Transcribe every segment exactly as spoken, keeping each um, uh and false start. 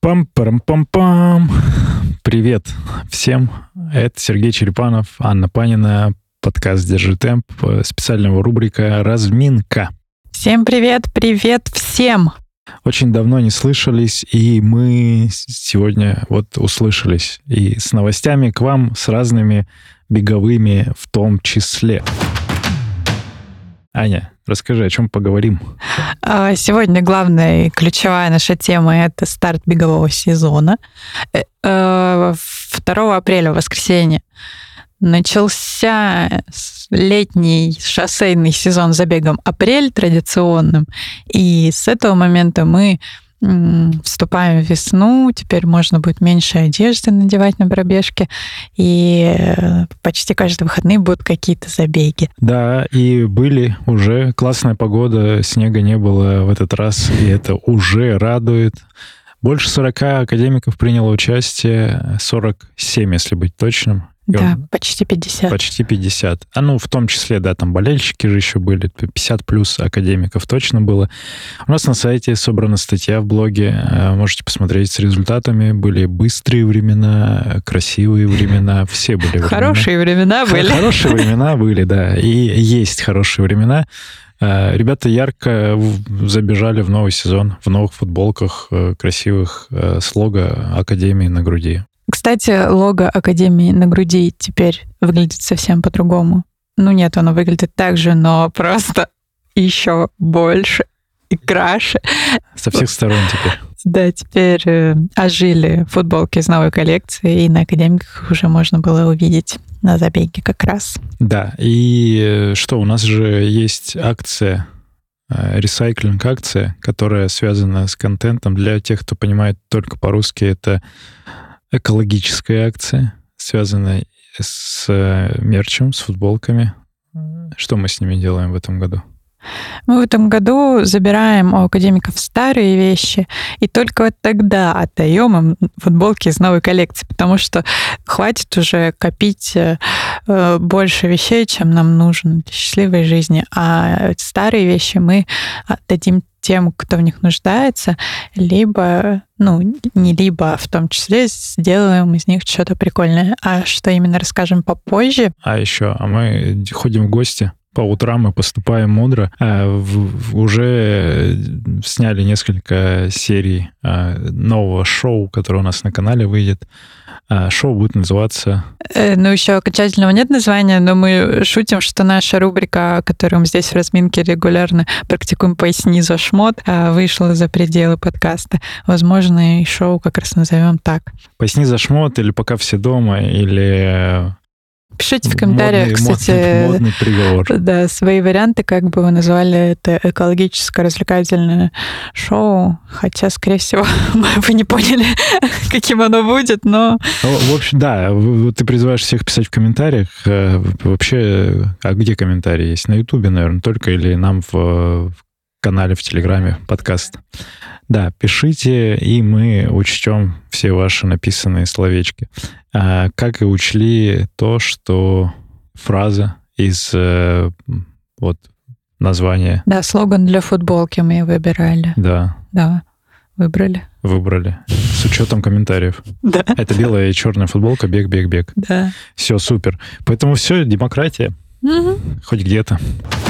Пам-парам-пам-пам. Привет всем. Это Сергей Черепанов, Анна Панина, подкаст «Держи темп», специальная рубрика «Разминка». Всем привет, привет всем. Очень давно не слышались, и мы сегодня вот услышались. И с новостями к вам, с разными беговыми в том числе. Аня, расскажи, о чем поговорим? Сегодня главная и ключевая наша тема — это старт бегового сезона. второго апреля, воскресенье, начался летний шоссейный сезон забегом «Апрель» традиционным. И с этого момента мы вступаем в весну, теперь можно будет меньше одежды надевать на пробежке, и почти каждые выходные будут какие-то забеги. Да, и были уже классная погода, снега не было в этот раз, и это уже радует. Больше сорока академиков приняло участие, сорок семь, если быть точным. Да, он... почти пятьдесят. Почти пятьдесят. А ну, в том числе, да, там болельщики же еще были, пятьдесят плюс академиков точно было. У нас на сайте собрана статья в блоге, можете посмотреть с результатами. Были быстрые времена, красивые времена, все были времена. Хорошие времена были. Хорошие времена были, да, и есть хорошие времена. Ребята ярко забежали в новый сезон, в новых футболках красивых с лого Академии на груди. Кстати, лого Академии на груди теперь выглядит совсем по-другому. Ну нет, оно выглядит так же, но просто еще больше и краше. Со всех сторон теперь. Да, теперь э, ожили футболки из новой коллекции, и на академиках уже можно было увидеть на забеге как раз. Да, и что, у нас же есть акция, ресайклинг-акция, которая связана с контентом. Для тех, кто понимает только по-русски, это экологическая акция, связанная с мерчем, с футболками. Что мы с ними делаем в этом году? Мы в этом году забираем у академиков старые вещи, и только вот тогда отдаем им футболки из новой коллекции, потому что хватит уже копить больше вещей, чем нам нужно для счастливой жизни. А старые вещи мы отдадим тем, кто в них нуждается, либо, ну, не либо, а в том числе сделаем из них что-то прикольное. А что именно, расскажем попозже. А еще, а мы ходим в гости. По утрам мы поступаем мудро. Уже сняли несколько серий нового шоу, которое у нас на канале выйдет. Шоу будет называться... Ну, еще окончательного нет названия, но мы шутим, что наша рубрика, которую мы здесь в разминке регулярно практикуем «Поясни за шмот», вышла за пределы подкаста. Возможно, и шоу как раз назовем так. «Поясни за шмот» или «Пока все дома», или... Пишите в комментариях, модный, кстати, модный, модный приговор. Да, свои варианты, как бы вы назвали это экологическое развлекательное шоу, хотя, скорее всего, вы не поняли, каким оно будет, но... В общем, да, ты призываешь всех писать в комментариях. Вообще, а где комментарии есть? На Ютубе, наверное, только, или нам в, в канале, в Телеграме подкаст. Да, пишите, и мы учтем все ваши написанные словечки. А, как и учли то, что фраза из вот названия... Да, слоган для футболки мы выбирали. Да. Да, выбрали. Выбрали. С учетом комментариев. Да. Это белая и черная футболка, бег, бег, бег. Да. Все, супер. Поэтому все, демократия. Угу. Хоть где-то.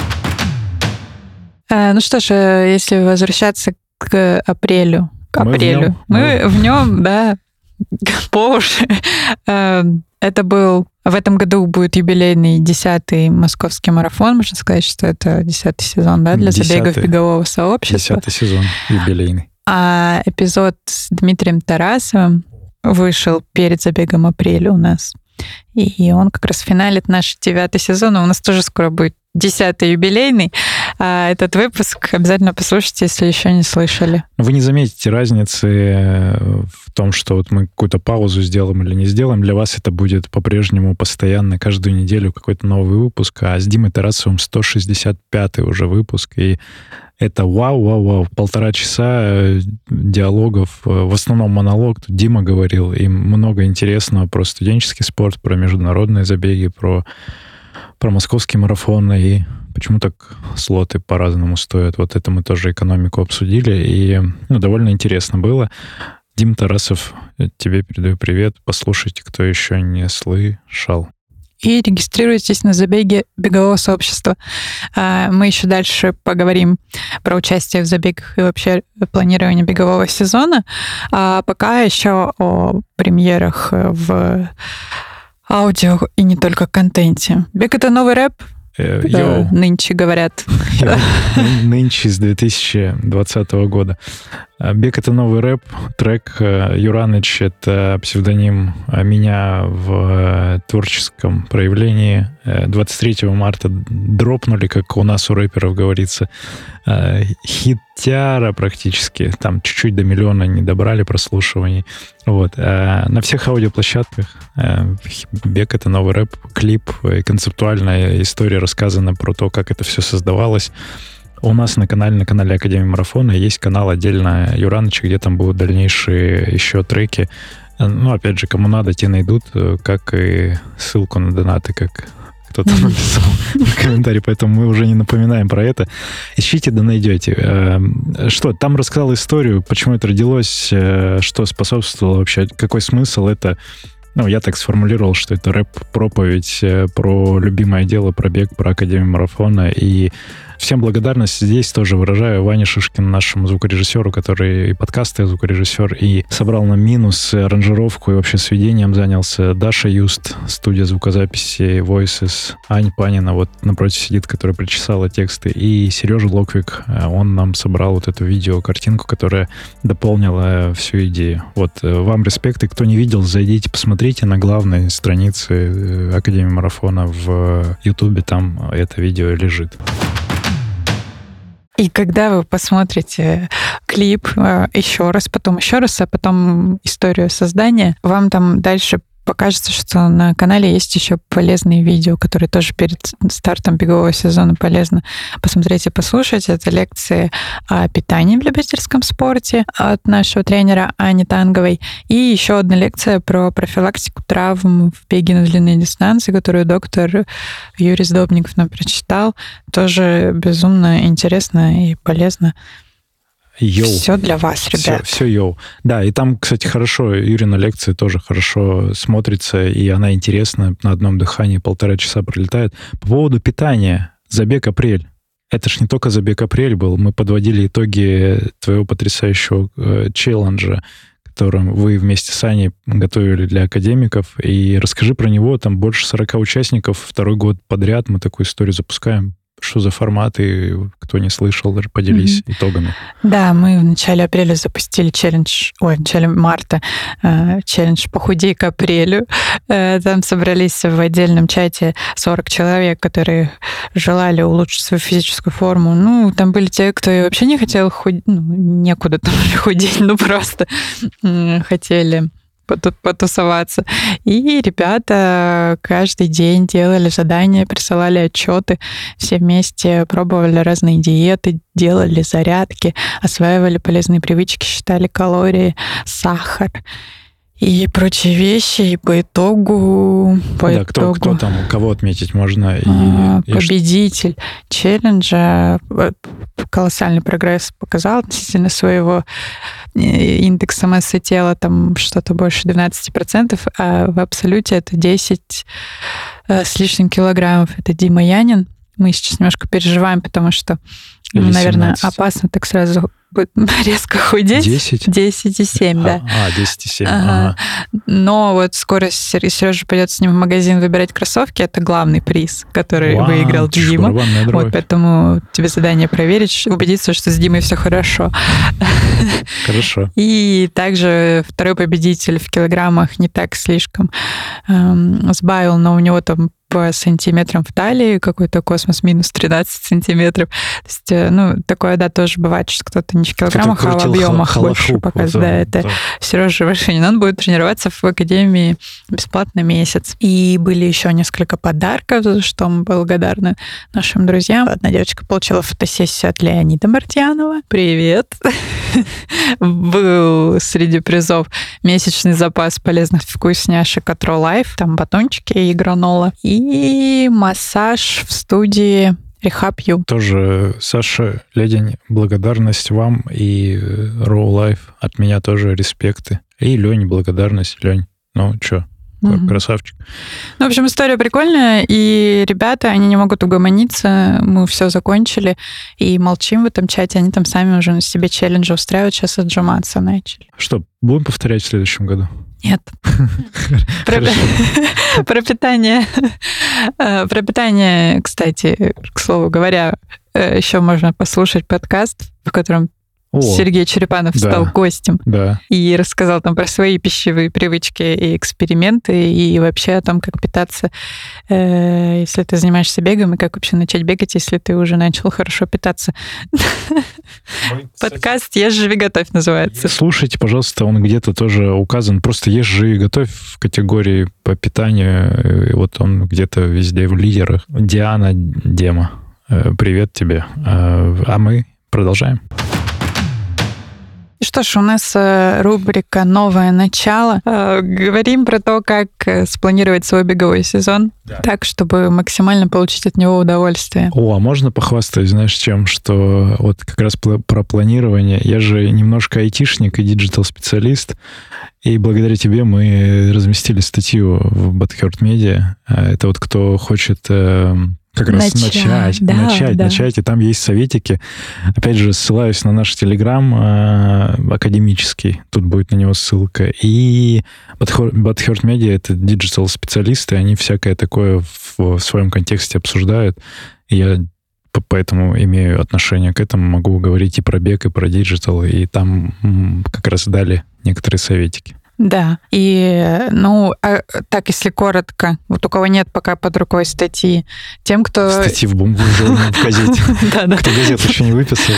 А, ну что ж, если возвращаться к апрелю, к мы апрелю. В нем, мы мы... в нем, да, по уши. Это был... В этом году будет юбилейный десятый московский марафон. Можно сказать, что это десятый сезон, да, для забегов бегового сообщества. Десятый сезон юбилейный. А эпизод с Дмитрием Тарасовым вышел перед забегом апреля у нас. И он как раз финалит наш девятый сезон. У нас тоже скоро будет десятый юбилейный. А этот выпуск обязательно послушайте, если еще не слышали. Вы не заметите разницы в том, что вот мы какую-то паузу сделаем или не сделаем. Для вас это будет по-прежнему постоянно, каждую неделю какой-то новый выпуск. А с Димой Тарасовым сто шестьдесят пятый уже выпуск. И это вау-вау-вау. Полтора часа диалогов, в основном монолог. Тут Дима говорил, и много интересного про студенческий спорт, про международные забеги, про, про московский марафон. И почему так слоты по-разному стоят. Вот это мы тоже экономику обсудили, и ну, довольно интересно было. Дим Тарасов, тебе передаю привет. Послушайте, кто еще не слышал. И регистрируйтесь на забеге бегового сообщества. Мы еще дальше поговорим про участие в забегах и вообще планирование бегового сезона. А пока еще о премьерах в аудио и не только контенте. Бег — это новый рэп, да, нынче говорят. Йоу. Нынче с две тысячи двадцатого года. Бег — это новый рэп, трек. Юраныч — это псевдоним меня в творческом проявлении. двадцать третьего марта дропнули, как у нас у рэперов говорится, хитяра практически. Там чуть-чуть до миллиона не добрали прослушиваний. Вот. На всех аудиоплощадках. Бег — это новый рэп, клип, концептуальная история рассказана про то, как это все создавалось. У нас на канале, на канале Академии Марафона есть канал отдельно Юраныча, где там будут дальнейшие еще треки. Ну, опять же, кому надо, те найдут, как и ссылку на донаты, как кто-то написал в комментарии, поэтому мы уже не напоминаем про это. Ищите, да найдете. Что, там рассказал историю, почему это родилось, что способствовало вообще, какой смысл это. Ну, я так сформулировал, что это рэп-проповедь про любимое дело, про бег, про Академию Марафона. И всем благодарность здесь тоже выражаю Ване Шишкину, нашему звукорежиссеру, который и подкасты звукорежиссер, и собрал нам минус, аранжировку и вообще сведением занялся. Даша Юст, студия звукозаписи Voices, Ань Панина вот напротив сидит, которая причесала тексты, и Сережа Локвик, он нам собрал вот эту видеокартинку, которая дополнила всю идею. Вот, вам респект, и кто не видел, зайдите, посмотрите на главной странице Академии Марафона в Ютубе, там это видео лежит. И когда вы посмотрите клип еще раз, потом еще раз, а потом историю создания, вам там дальше покажется, что на канале есть еще полезные видео, которые тоже перед стартом бегового сезона полезно посмотреть и послушать. Это лекции о питании в любительском спорте от нашего тренера Ани Танговой. И еще одна лекция про профилактику травм в беге на длинные дистанции, которую доктор Юрий Сдобников нам прочитал. Тоже безумно интересно и полезно. Йоу. Все для вас, ребят. Все, все йоу. Да, и там, кстати, хорошо, Юрина лекция тоже хорошо смотрится, и она интересна, на одном дыхании полтора часа пролетает. По поводу питания. Забег апрель. Это ж не только забег апрель был. Мы подводили итоги твоего потрясающего э, челленджа, которым вы вместе с Аней готовили для академиков. И расскажи про него. Там больше сорока участников. Второй год подряд мы такую историю запускаем. Что за форматы? Кто не слышал, поделись mm-hmm. итогами. Да, мы в начале апреля запустили челлендж, ой, в начале марта э, челлендж «Похудей к апрелю». Э, там собрались в отдельном чате сорок человек, которые желали улучшить свою физическую форму. Ну, там были те, кто и вообще не хотел худеть, ну, некуда там худеть, ну, просто э, хотели потусоваться. И ребята каждый день делали задания, присылали отчеты, все вместе пробовали разные диеты, делали зарядки, осваивали полезные привычки, считали калории, сахар и прочие вещи. И по итогу... По да, итогу кто, кто там, кого отметить можно? И, а, и победитель и челленджа колоссальный прогресс показал относительно своего индекса массы тела, там что-то больше двенадцать процентов, а в абсолюте это десять с лишним килограммов. Это Дима Янин. Мы сейчас немножко переживаем, потому что, ну, наверное, опасно так сразу резко худеть. десять? десять и семь, да. А, десять и семь. Ага. Ага. Но вот скоро Сережа пойдет с ним в магазин выбирать кроссовки. Это главный приз, который Вау, выиграл Дима. Вот, поэтому тебе задание проверить, убедиться, что с Димой все хорошо. Хорошо. И также второй победитель в килограммах не так слишком эм, сбавил, но у него там по сантиметрам в талии какой-то космос минус тринадцать сантиметров. То есть, ну, такое, да, тоже бывает, что кто-то не в килограммах, а в объемах хал- больше показывает. Да, это Сережа Вершинин. Он будет тренироваться в академии бесплатно месяц. И были еще несколько подарков, за что мы благодарны нашим друзьям. Одна девочка получила фотосессию от Леонида Мартьянова. Привет! Был среди призов месячный запас полезных вкусняшек от Raw Life. Там батончики и гранола. И массаж в студии Rehab You. Тоже, Саша Ледень, благодарность вам и Raw Life. От меня тоже респекты. И Лене благодарность. Лень, ну что, mm-hmm. красавчик. Ну, в общем, история прикольная, и ребята, они не могут угомониться, мы все закончили, и молчим в этом чате, они там сами уже на себе челленджи устраивают, сейчас отжиматься начали. Что, будем повторять в следующем году? Нет. Про питание. Про питание, кстати, к слову говоря, еще можно послушать подкаст, в котором О, Сергей Черепанов да, стал гостем да. и рассказал там про свои пищевые привычки и эксперименты, и вообще о том, как питаться, э, если ты занимаешься бегом, и как вообще начать бегать, если ты уже начал хорошо питаться. Мы, подкаст «Ешь, живи, готовь» называется. Слушайте, пожалуйста, он где-то тоже указан. Просто «Ешь, живи, готовь» в категории по питанию. И вот он где-то везде в лидерах. Диана Дема, привет тебе. А мы продолжаем. Что ж, у нас рубрика «Новое начало». Говорим про то, как спланировать свой беговой сезон да. так, чтобы максимально получить от него удовольствие. О, а можно похвастать, знаешь, чем? Что вот как раз про планирование. Я же немножко айтишник и диджитал-специалист, и благодаря тебе мы разместили статью в Bad Heart Media. Это вот кто хочет... Как раз начать, начать, да, начать, да. начать, и там есть советики. Опять же, ссылаюсь на наш Телеграм э, академический, тут будет на него ссылка. И Bad Heart Media — это диджитал-специалисты, они всякое такое в, в своем контексте обсуждают. И я поэтому имею отношение к этому, могу говорить и про бег, и про диджитал, и там м, как раз дали некоторые советики. Да, и, ну, а, так, если коротко, вот у кого нет пока под рукой статьи, тем, кто... Статьи в бомбу в газете. Кто газету еще не выписал.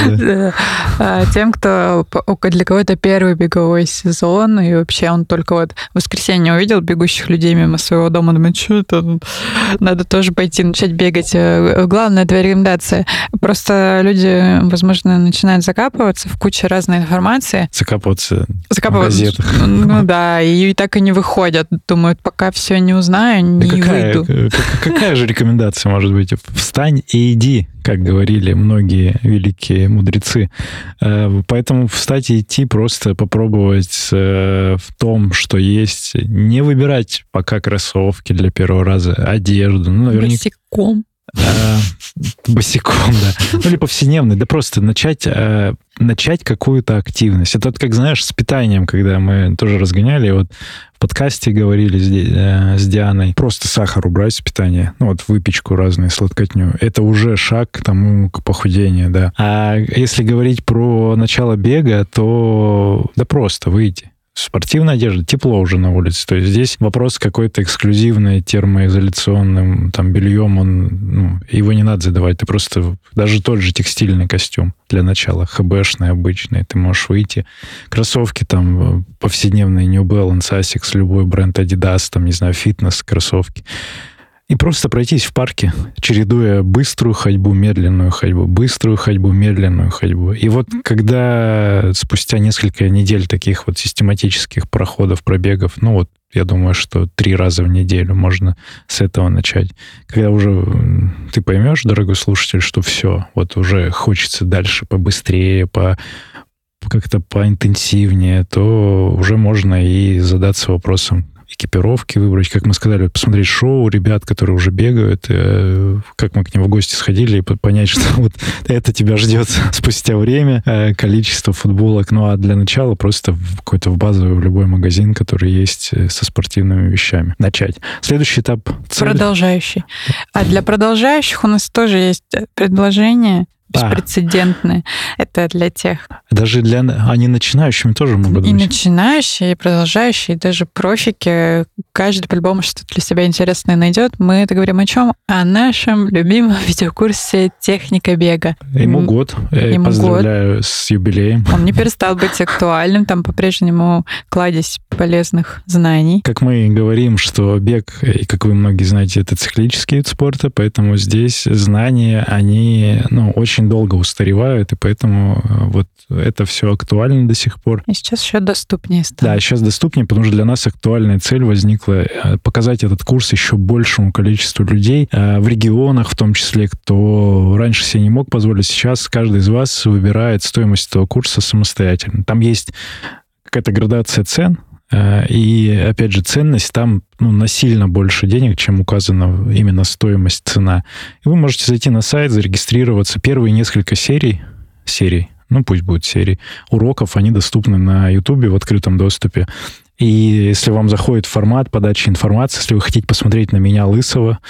Тем, кто... Для кого это первый беговой сезон, и вообще он только вот в воскресенье увидел бегущих людей мимо своего дома, думает, что это? Надо тоже пойти начать бегать. Главная твоя рекомендация. Просто люди, возможно, начинают закапываться в куче разной информации. Закапываться в газетах. Ну, да, и так и не выходят. Думают, пока все не узнаю, не да какая, выйду. Какая же рекомендация может быть? Встань и иди, как говорили многие великие мудрецы. Поэтому встать и идти, просто попробовать в том, что есть. Не выбирать пока кроссовки для первого раза, одежду. Ну, наверняка... Босиком. А, босиком, да. Ну, или повседневный. Да просто начать, а, начать какую-то активность. Это вот, как, знаешь, с питанием, когда мы тоже разгоняли, вот в подкасте говорили с, а, с Дианой, просто сахар убрать с питания, ну, вот выпечку разную, сладкотню. Это уже шаг к тому, к похудению, да. А если говорить про начало бега, то да просто выйти. Спортивная одежда, тепло уже на улице. То есть здесь вопрос какой-то эксклюзивный, термоизоляционным там бельем, он, ну, его не надо задавать. Ты просто, даже тот же текстильный костюм для начала, хэбэшный, обычный, ты можешь выйти. Кроссовки там повседневные, New Balance, Asics, любой бренд Adidas, там, не знаю, фитнес, кроссовки. И просто пройтись в парке, чередуя быструю ходьбу, медленную ходьбу, быструю ходьбу, медленную ходьбу. И вот когда спустя несколько недель таких вот систематических проходов, пробегов, ну вот я думаю, что три раза в неделю можно с этого начать. Когда уже ты поймешь, дорогой слушатель, что все, вот уже хочется дальше побыстрее, по как-то поинтенсивнее, то уже можно и задаться вопросом, экипировки выбрать, как мы сказали, посмотреть шоу ребят, которые уже бегают, как мы к ним в гости сходили, и понять, что вот это тебя ждет спустя время, количество футболок. Ну, а для начала просто какой-то в базовый, в любой магазин, который есть со спортивными вещами. Начать. Следующий этап. Цель. Продолжающий. А для продолжающих у нас тоже есть предложение беспрецедентные. А. Это для тех. Даже для... Они начинающими тоже могут быть. И начинающие, и продолжающие, и даже профики. Каждый по-любому что-то для себя интересное найдет. Мы это говорим о чем? О нашем любимом видеокурсе «Техника бега». Ему год. Я Ему поздравляю год. С юбилеем. Он не перестал быть актуальным. Там по-прежнему кладезь полезных знаний. Как мы говорим, что бег, и как вы многие знаете, это циклический вид спорта, поэтому здесь знания, они, ну, очень очень долго устаревают, и поэтому вот это все актуально до сих пор. И сейчас еще доступнее стало. Да, сейчас доступнее, потому что для нас актуальная цель возникла показать этот курс еще большему количеству людей в регионах, в том числе, кто раньше себе не мог позволить. Сейчас каждый из вас выбирает стоимость этого курса самостоятельно. Там есть какая-то градация цен, и, опять же, ценность там ну, на сильно больше денег, чем указана именно стоимость, цена. И вы можете зайти на сайт, зарегистрироваться. Первые несколько серий, серий, ну пусть будет серии, уроков, они доступны на YouTube в открытом доступе. И если вам заходит формат подачи информации, если вы хотите посмотреть на меня лысого,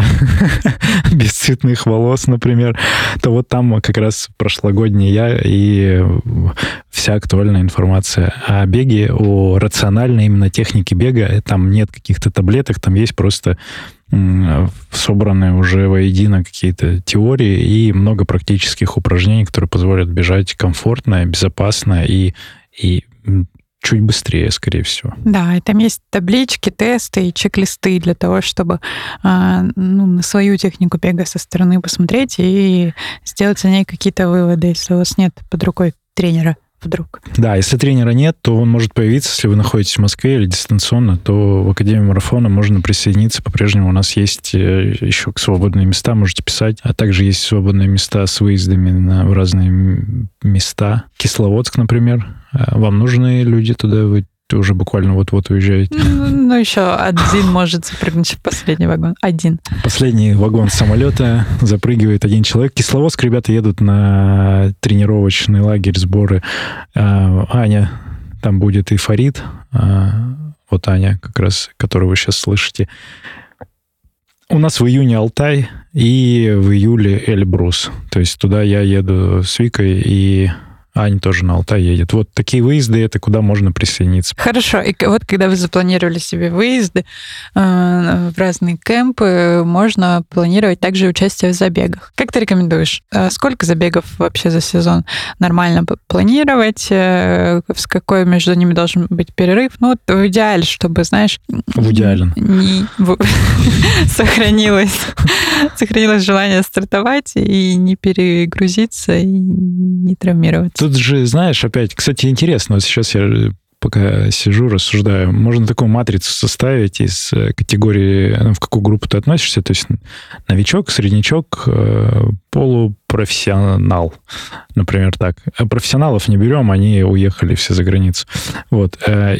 без цветных волос, например, то вот там как раз прошлогодний я и вся актуальная информация о беге, о рациональной именно технике бега. Там нет каких-то таблеток, там есть просто собранные уже воедино какие-то теории и много практических упражнений, которые позволят бежать комфортно, безопасно и, и чуть быстрее, скорее всего. Да, и там есть таблички, тесты и чек-листы для того, чтобы ну, на свою технику бега со стороны посмотреть и сделать о ней какие-то выводы, если у вас нет под рукой тренера вдруг. Да, если тренера нет, то он может появиться, если вы находитесь в Москве или дистанционно, то в Академию марафона можно присоединиться. По-прежнему у нас есть еще свободные места, можете писать. А также есть свободные места с выездами на, в разные места. Кисловодск, например. Вам нужны люди туда? Вы уже буквально вот-вот уезжаете? Ну, ну, еще один может запрыгнуть в последний вагон. Один. Последний вагон самолета запрыгивает один человек. Кисловодск, ребята едут на тренировочный лагерь, сборы. Аня, там будет и Фарид. Вот Аня, как раз, которую вы сейчас слышите. У нас в июне Алтай и в июле Эльбрус. То есть туда я еду с Викой, и Аня тоже на Алтай едет. Вот такие выезды, это куда можно присоединиться. Хорошо. И вот когда вы запланировали себе выезды э, в разные кемпы, можно планировать также участие в забегах. Как ты рекомендуешь? Сколько забегов вообще за сезон нормально планировать? С какой между ними должен быть перерыв? Ну, вот в идеале, чтобы, знаешь... В идеале. Не... сохранилось, сохранилось желание стартовать и не перегрузиться, и не травмироваться. Тут же, знаешь, опять, кстати, интересно, вот сейчас я пока сижу, рассуждаю, можно такую матрицу составить из категории, ну, в какую группу ты относишься, то есть новичок, среднячок, полупрофессионал, например, так. А профессионалов не берем, они уехали все за границу. Вот.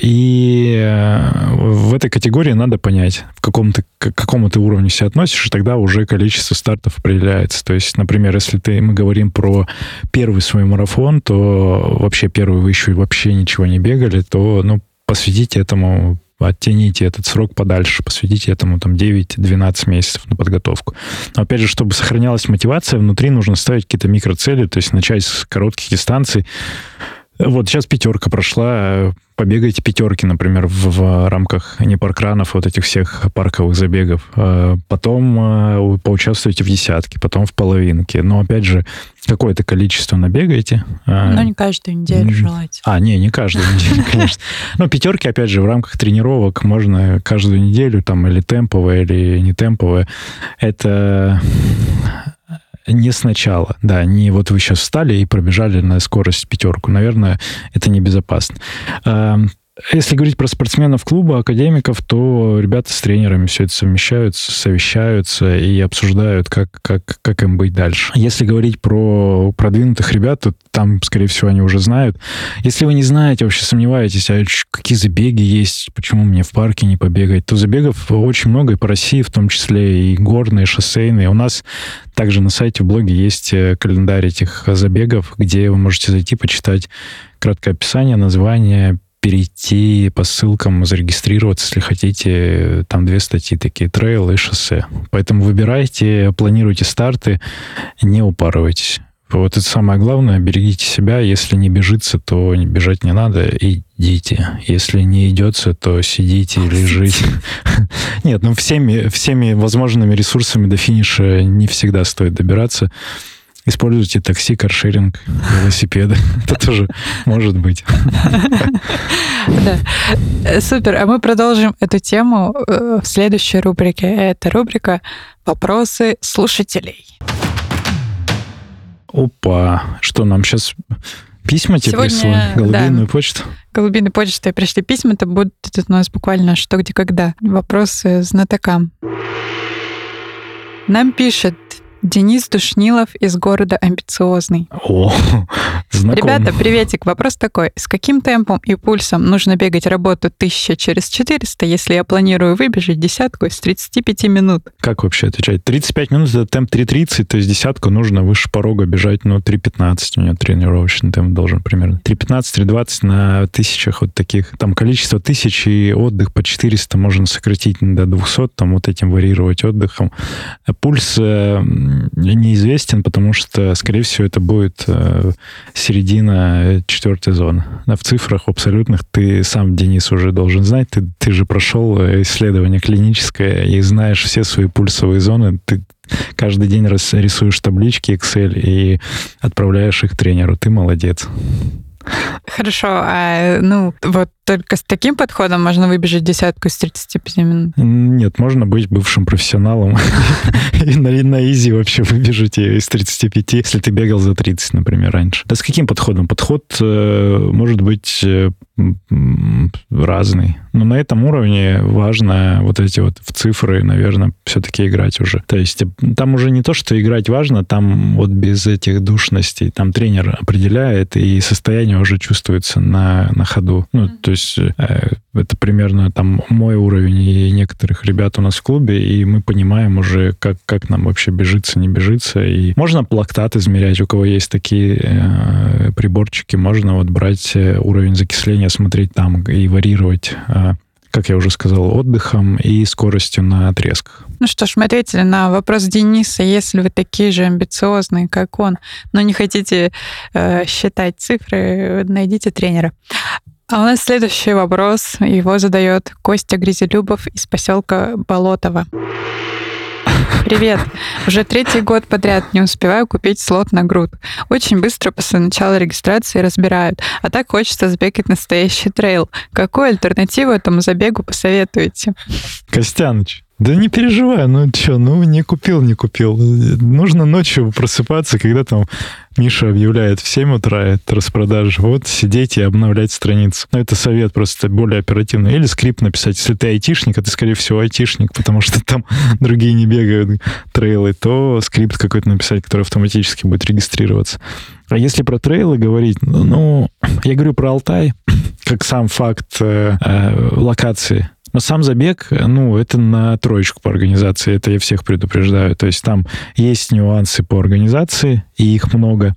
И в этой категории надо понять, в каком ты, к какому ты уровню себя относишь, и тогда уже количество стартов определяется. То есть, например, если ты, мы говорим про первый свой марафон, то вообще первый вы еще вообще ничего не бегали, то ну, посвятите этому, оттяните этот срок подальше, посвятите этому там девять-двенадцать месяцев на подготовку. Но опять же, чтобы сохранялась мотивация, внутри нужно ставить какие-то микроцели, то есть начать с коротких дистанций. Вот сейчас пятерка прошла, побегайте пятерки, например, в, в рамках не паркранов, вот этих всех парковых забегов. Потом поучаствуйте в десятке, потом в половинке. Но, опять же, какое-то количество набегайте. Но не каждую неделю желательно. А, не, не каждую неделю, конечно. Но пятерки, опять же, в рамках тренировок можно каждую неделю, там, или темповая, или не темповая. Это... Не сначала, да, не вот вы сейчас встали и пробежали на скорость пятерку. Наверное, это небезопасно. Если говорить про спортсменов клуба, академиков, то ребята с тренерами все это совмещают, совещаются и обсуждают, как, как, как им быть дальше. Если говорить про продвинутых ребят, то там, скорее всего, они уже знают. Если вы не знаете, вообще сомневаетесь, а какие забеги есть, почему мне в парке не побегать, то забегов очень много и по России, в том числе и горные, и шоссейные. У нас также на сайте, в блоге есть календарь этих забегов, где вы можете зайти, почитать краткое описание, название, перейти по ссылкам, зарегистрироваться, если хотите. Там две статьи такие, трейл и шоссе. Поэтому выбирайте, планируйте старты, не упарывайтесь. Вот это самое главное, берегите себя. Если не бежится, то бежать не надо, идите. Если не идется, то сидите, лежите. Нет, ну всеми, всеми возможными ресурсами до финиша не всегда стоит добираться. Используйте такси, каршеринг, велосипеды. Это тоже может быть. Да. Супер. А мы продолжим эту тему в следующей рубрике. Это рубрика «Вопросы слушателей». Опа, что нам сейчас письма тебе Сегодня, прислали? Голубиную да, почту? Голубиной почтой пришли письма, это будут у нас буквально что, где, когда. Вопросы знатокам. Нам пишет Денис Душнилов из города Амбициозный. О, знаком. Ребята, приветик. Вопрос такой. С каким темпом и пульсом нужно бегать работу тысяча через четыреста, если я планирую выбежать десятку из тридцати пяти минут? Как вообще отвечать? тридцать пять минут — это темп три тридцать, то есть десятку нужно выше порога бежать, ну, три пятнадцать у меня тренировочный темп должен примерно. три пятнадцать, три двадцать на тысячах вот таких. Там количество тысяч и отдых по четыреста можно сократить до двухсот, там вот этим варьировать отдыхом. Пульс э, неизвестен, потому что, скорее всего, это будет э, середина четвертой зоны. А в цифрах абсолютных ты сам, Денис, уже должен знать. Ты, ты же прошел исследование клиническое и знаешь все свои пульсовые зоны. Ты каждый день рисуешь таблички Excel и отправляешь их тренеру. Ты молодец. Хорошо, а ну вот только с таким подходом можно выбежать десятку из тридцати пяти минут? Нет, можно быть бывшим профессионалом и на изи вообще выбежать из тридцати пяти, если ты бегал за тридцать, например, раньше. Да с каким подходом? Подход может быть разный. Но на этом уровне важно вот эти вот в цифры, наверное, все-таки играть уже. То есть там уже не то, что играть важно, там вот без этих душностей, там тренер определяет, и состояние уже чувствуется на, на ходу. Ну, то есть э, это примерно там мой уровень и некоторых ребят у нас в клубе, и мы понимаем уже, как, как нам вообще бежится, не бежится. И можно лактат измерять, у кого есть такие э, приборчики, можно вот брать уровень закисления, смотреть там и варьировать, э, как я уже сказал, отдыхом и скоростью на отрезках. Ну что ж, мы ответили на вопрос Дениса. Если вы такие же амбициозные, как он, но не хотите э, считать цифры, найдите тренера. А у нас следующий вопрос. Его задает Костя Грязелюбов из поселка Болотово. Привет. Уже третий год подряд не успеваю купить слот на груд. Очень быстро после начала регистрации разбирают. А так хочется сбегать настоящий трейл. Какую альтернативу этому забегу посоветуете? Костяныч, да не переживай, ну что, ну не купил, не купил. Нужно ночью просыпаться, когда там Миша объявляет в семь утра это распродажа. Вот сидеть и обновлять страницу. Ну, это совет просто более оперативный. Или скрипт написать. Если ты айтишник, а ты, скорее всего, айтишник, потому что там другие не бегают трейлы, то скрипт какой-то написать, который автоматически будет регистрироваться. А если про трейлы говорить, ну, я говорю про Алтай, как сам факт э, э, локации. Но сам забег, ну, это на троечку по организации, это я всех предупреждаю. То есть там есть нюансы по организации, и их много.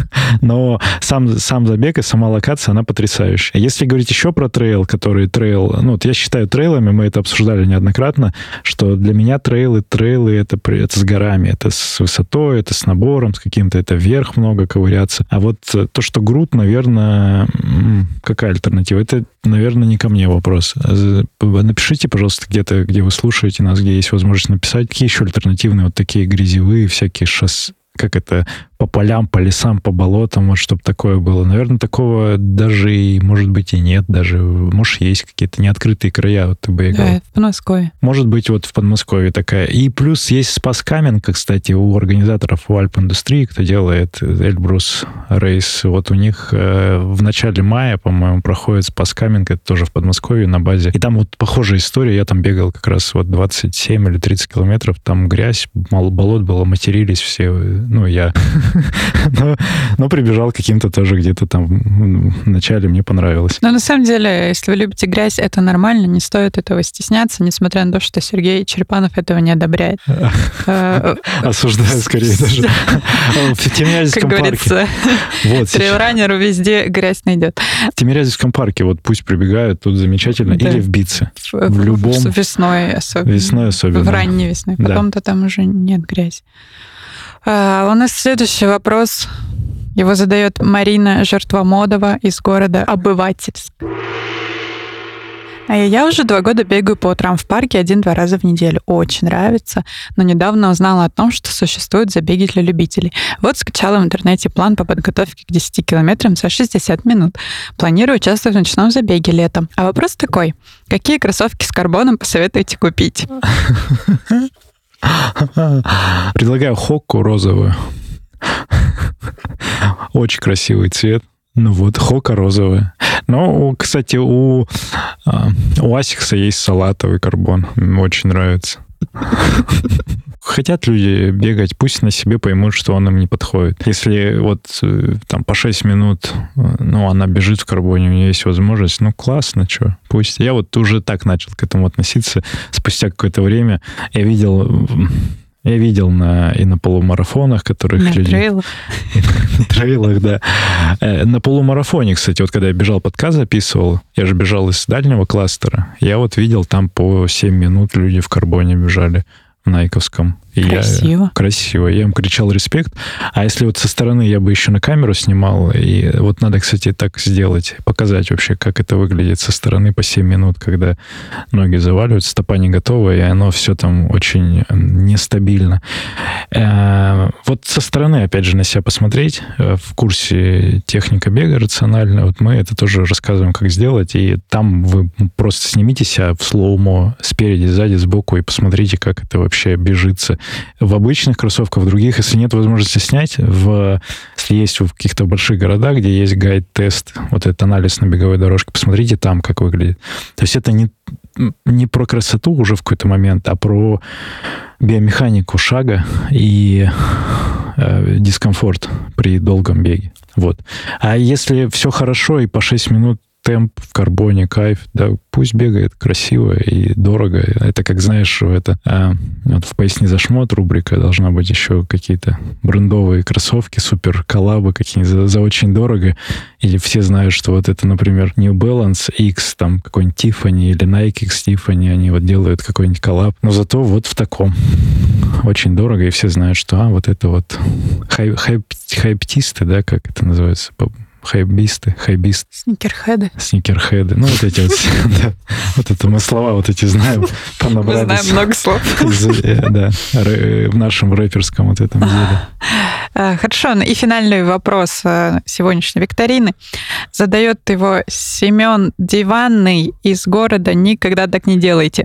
Но сам, сам забег и сама локация, она потрясающая. Если говорить еще про трейл, который трейл... Ну, вот я считаю трейлами, мы это обсуждали неоднократно, что для меня трейлы, трейлы это, это с горами, это с высотой, это с набором, с каким-то, это вверх много ковыряться. А вот то, что груд, наверное, какая альтернатива? Это, наверное, не ко мне вопрос. Напишите, пожалуйста, где-то, где вы слушаете нас, где есть возможность написать, какие еще альтернативные вот такие грязевые всякие шоссе, как это, по полям, по лесам, по болотам, вот чтобы такое было. Наверное, такого даже и, может быть, и нет. Даже, может, есть какие-то неоткрытые края, вот ты бы играл. Да, в Подмосковье. Может быть, вот в Подмосковье такая. И плюс есть Спас-Каменка, кстати, у организаторов, у Альп-индустрии, кто делает Эльбрус Рейс. Вот у них э, в начале мая, по-моему, проходит Спас-Каменка, это тоже в Подмосковье на базе. И там вот похожая история. Я там бегал как раз вот двадцать семь или тридцать километров. Там грязь, мало болот было, матерились все. Ну, я... но, но прибежал каким-то тоже где-то там в начале, мне понравилось. Но на самом деле, если вы любите грязь, это нормально, не стоит этого стесняться, несмотря на то, что Сергей Черепанов этого не одобряет. Осуждаю скорее даже. В Тимирязевском парке. Трейлранеру везде грязь найдет. В Тимирязевском парке вот пусть прибегают, тут замечательно. Или в Битце. В любом. Весной особенно. Весной особенно. В ранней весной. Потом-то там уже нет грязи. Uh, у нас следующий вопрос. Его задает Марина Жертвомодова из города Обывательск. Я уже два года бегаю по утрам в парке один-два раза в неделю. Очень нравится, но недавно узнала о том, что существуют забеги для любителей. Вот скачала в интернете план по подготовке к десяти километрам за шестьдесят минут. Планирую участвовать в ночном забеге летом. А вопрос такой. Какие кроссовки с карбоном посоветуете купить? Предлагаю хокку розовую. Очень красивый цвет. Ну вот, хока розовая. Но, кстати, у, у Асикса есть салатовый карбон. Мне очень нравится. Хотят люди бегать, пусть на себе поймут, что он им не подходит. Если вот там по шесть минут, ну, она бежит в карбоне, у нее есть возможность, ну, классно, что, пусть. Я вот уже так начал к этому относиться. Спустя какое-то время я видел... Я видел на, и на полумарафонах, которых на люди... трейлах. На трейлах, да. На полумарафоне, кстати, вот когда я бежал, подкаст записывал, я же бежал из дальнего кластера, я вот видел, там по семь минут люди в карбоне бежали в Найковском. И красиво. Я, красиво. Я им кричал респект. А если вот со стороны я бы еще на камеру снимал, и вот надо, кстати, так сделать, показать вообще, как это выглядит со стороны по семь минут, когда ноги заваливаются, стопа не готова, и оно все там очень нестабильно. Вот со стороны, опять же, на себя посмотреть, в курсе техника бега рациональная, вот мы это тоже рассказываем, как сделать, и там вы просто снимите себя в слоумо спереди, сзади, сбоку, и посмотрите, как это вообще бежится в обычных кроссовках, в других, если нет возможности снять, в, если есть в каких-то больших городах, где есть гайд-тест, вот этот анализ на беговой дорожке, посмотрите там, как выглядит. То есть это не, не про красоту уже в какой-то момент, а про биомеханику шага и э, дискомфорт при долгом беге. Вот. А если все хорошо и по шесть минут темп в карбоне, кайф, да, пусть бегает красиво и дорого. Это, как знаешь, это а, вот в «Поясни за шмот» рубрика должна быть еще какие-то брендовые кроссовки, супер коллабы какие-нибудь за, за очень дорого. Или все знают, что вот это, например, New Balance X, там какой-нибудь Tiffany или Nike X Tiffany, они вот делают какой-нибудь коллаб. Но зато вот в таком. Очень дорого, и все знают, что а, вот это вот хай, хайп, хайптисты, да, как это называется, хайбисты, хайбисты. Сникерхеды. Сникерхеды. Ну, вот эти вот, да, вот это мы слова вот эти знаем. Мы знаем много слов. Да, в нашем рэперском вот этом деле. Хорошо, и финальный вопрос сегодняшней викторины. Задает его Семен Диванный из города «Никогда так не делайте».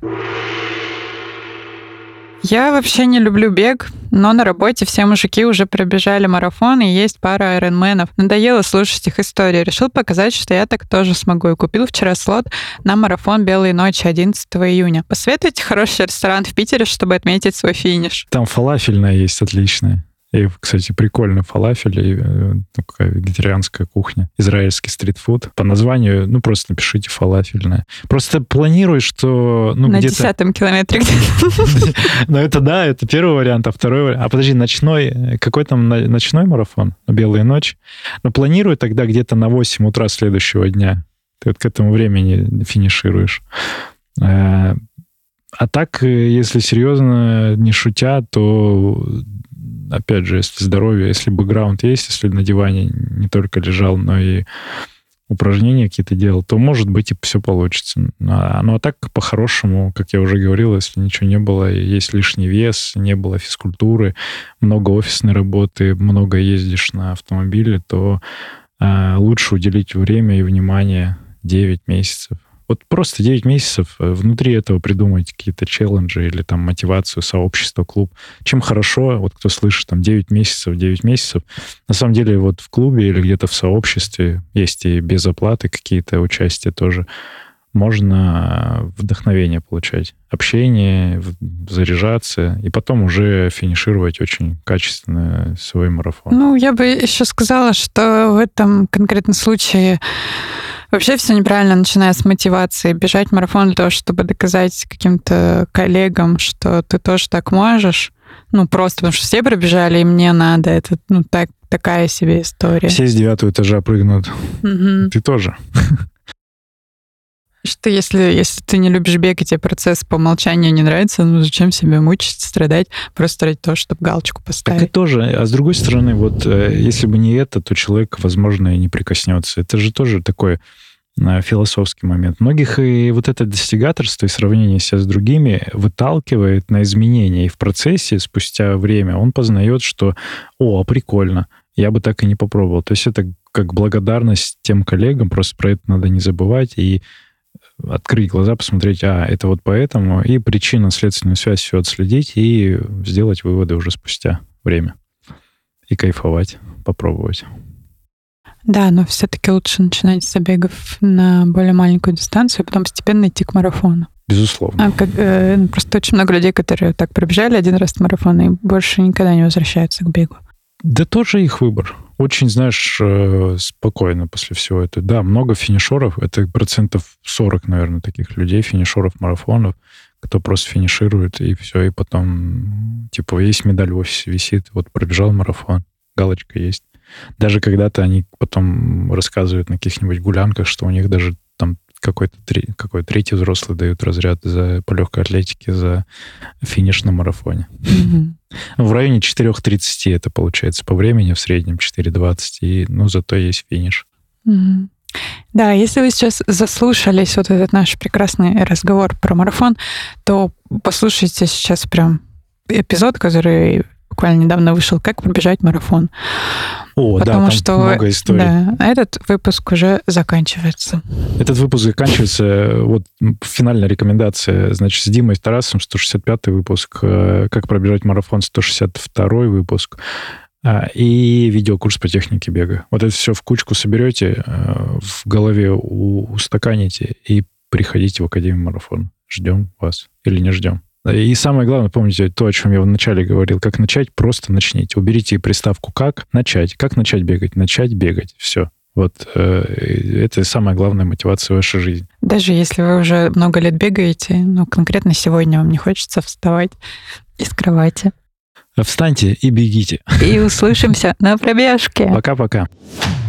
Я вообще не люблю бег, но на работе все мужики уже пробежали марафон, и есть пара айронменов. Надоело слушать их истории. Решил показать, что я так тоже смогу. И купил вчера слот на марафон «Белые ночи» одиннадцатого июня. Посоветуйте хороший ресторан в Питере, чтобы отметить свой финиш. Там фалафельная есть отличная. И, кстати, прикольный фалафель, и, ну, такая вегетарианская кухня, израильский стритфуд. По названию, ну, просто напишите фалафельная. Просто планирую, что... Ну, на где-то... десятом километре где-то. Ну, это да, это первый вариант, а второй вариант... А подожди, ночной... Какой там ночной марафон? «Белые ночи»? Но планирую тогда где-то на восемь утра следующего дня. Ты вот к этому времени финишируешь. А так, если серьезно, не шутя, то... Опять же, если здоровье, если бэкграунд есть, если на диване не только лежал, но и упражнения какие-то делал, то, может быть, и все получится. А, ну, а так, по-хорошему, как я уже говорил, если ничего не было, есть лишний вес, не было физкультуры, много офисной работы, много ездишь на автомобиле, то а, лучше уделить время и внимание девять месяцев. Вот просто девять месяцев внутри этого придумать какие-то челленджи или там мотивацию, сообщество, клуб. Чем хорошо, вот кто слышит, там девять месяцев, девять месяцев. На самом деле вот в клубе или где-то в сообществе есть и без оплаты какие-то участия тоже. Можно вдохновение получать, общение, заряжаться, и потом уже финишировать очень качественно свой марафон. Ну, я бы еще сказала, что в этом конкретном случае вообще все неправильно, начиная с мотивации. Бежать марафон для того, чтобы доказать каким-то коллегам, что ты тоже так можешь. Ну, просто потому что все пробежали, и мне надо. Это, ну, так, такая себе история. Все с девятого этажа прыгнут. Угу. Ты тоже. Что если, если ты не любишь бег, и тебе процесс по умолчанию не нравится, ну зачем себя мучить, страдать, просто ради того, чтобы галочку поставить? Так и тоже. А с другой стороны, вот если бы не это, то человек, возможно, и не прикоснется. Это же тоже такой философский момент. Многих и вот это достигаторство и сравнение себя с другими выталкивает на изменения. И в процессе, спустя время, он познает, что «О, прикольно, я бы так и не попробовал». То есть это как благодарность тем коллегам, просто про это надо не забывать и открыть глаза, посмотреть, а, это вот поэтому, и причинно-следственную связь все отследить и сделать выводы уже спустя время. и кайфовать, попробовать. Да, но все-таки лучше начинать с забегов на более маленькую дистанцию, а потом постепенно идти к марафону. Безусловно. А как, э, просто очень много людей, которые так пробежали один раз марафон и больше никогда не возвращаются к бегу. Да тоже их выбор. Очень, знаешь, спокойно после всего этого. Да, много финишеров. Это процентов сорок, наверное, таких людей, финишеров марафонов, кто просто финиширует, и все, и потом, типа, есть медаль в офисе висит, вот пробежал марафон, галочка есть. Даже когда-то они потом рассказывают на каких-нибудь гулянках, что у них даже там какой-то три, какой третий взрослый дают разряд за, по легкой атлетике за финиш на марафоне. Mm-hmm. В районе четыре тридцать это получается по времени, в среднем четыре двадцать, и, ну, зато есть финиш. Mm-hmm. Да, если вы сейчас заслушались вот этот наш прекрасный разговор про марафон, то послушайте сейчас прям эпизод, который буквально недавно вышел, «Как пробежать марафон». О, Потому да, там что, много историй. Да, этот выпуск уже заканчивается. Этот выпуск заканчивается, вот финальная рекомендация, значит, с Димой Тарасовым, сто шестьдесят пятый выпуск, «Как пробежать марафон», сто шестьдесят второй выпуск, и видеокурс по технике бега. Вот это все в кучку соберете, в голове устаканите и приходите в Академию марафона. Ждем вас или не ждем. И самое главное, помните то, о чем я в начале говорил, как начать, просто начните. Уберите приставку «как», начать. Как начать бегать? Начать бегать. Все. Вот э, это самая главная мотивация в вашей жизни. Даже если вы уже много лет бегаете, ну, конкретно сегодня вам не хочется вставать из кровати. Встаньте и бегите. И услышимся на пробежке. Пока-пока.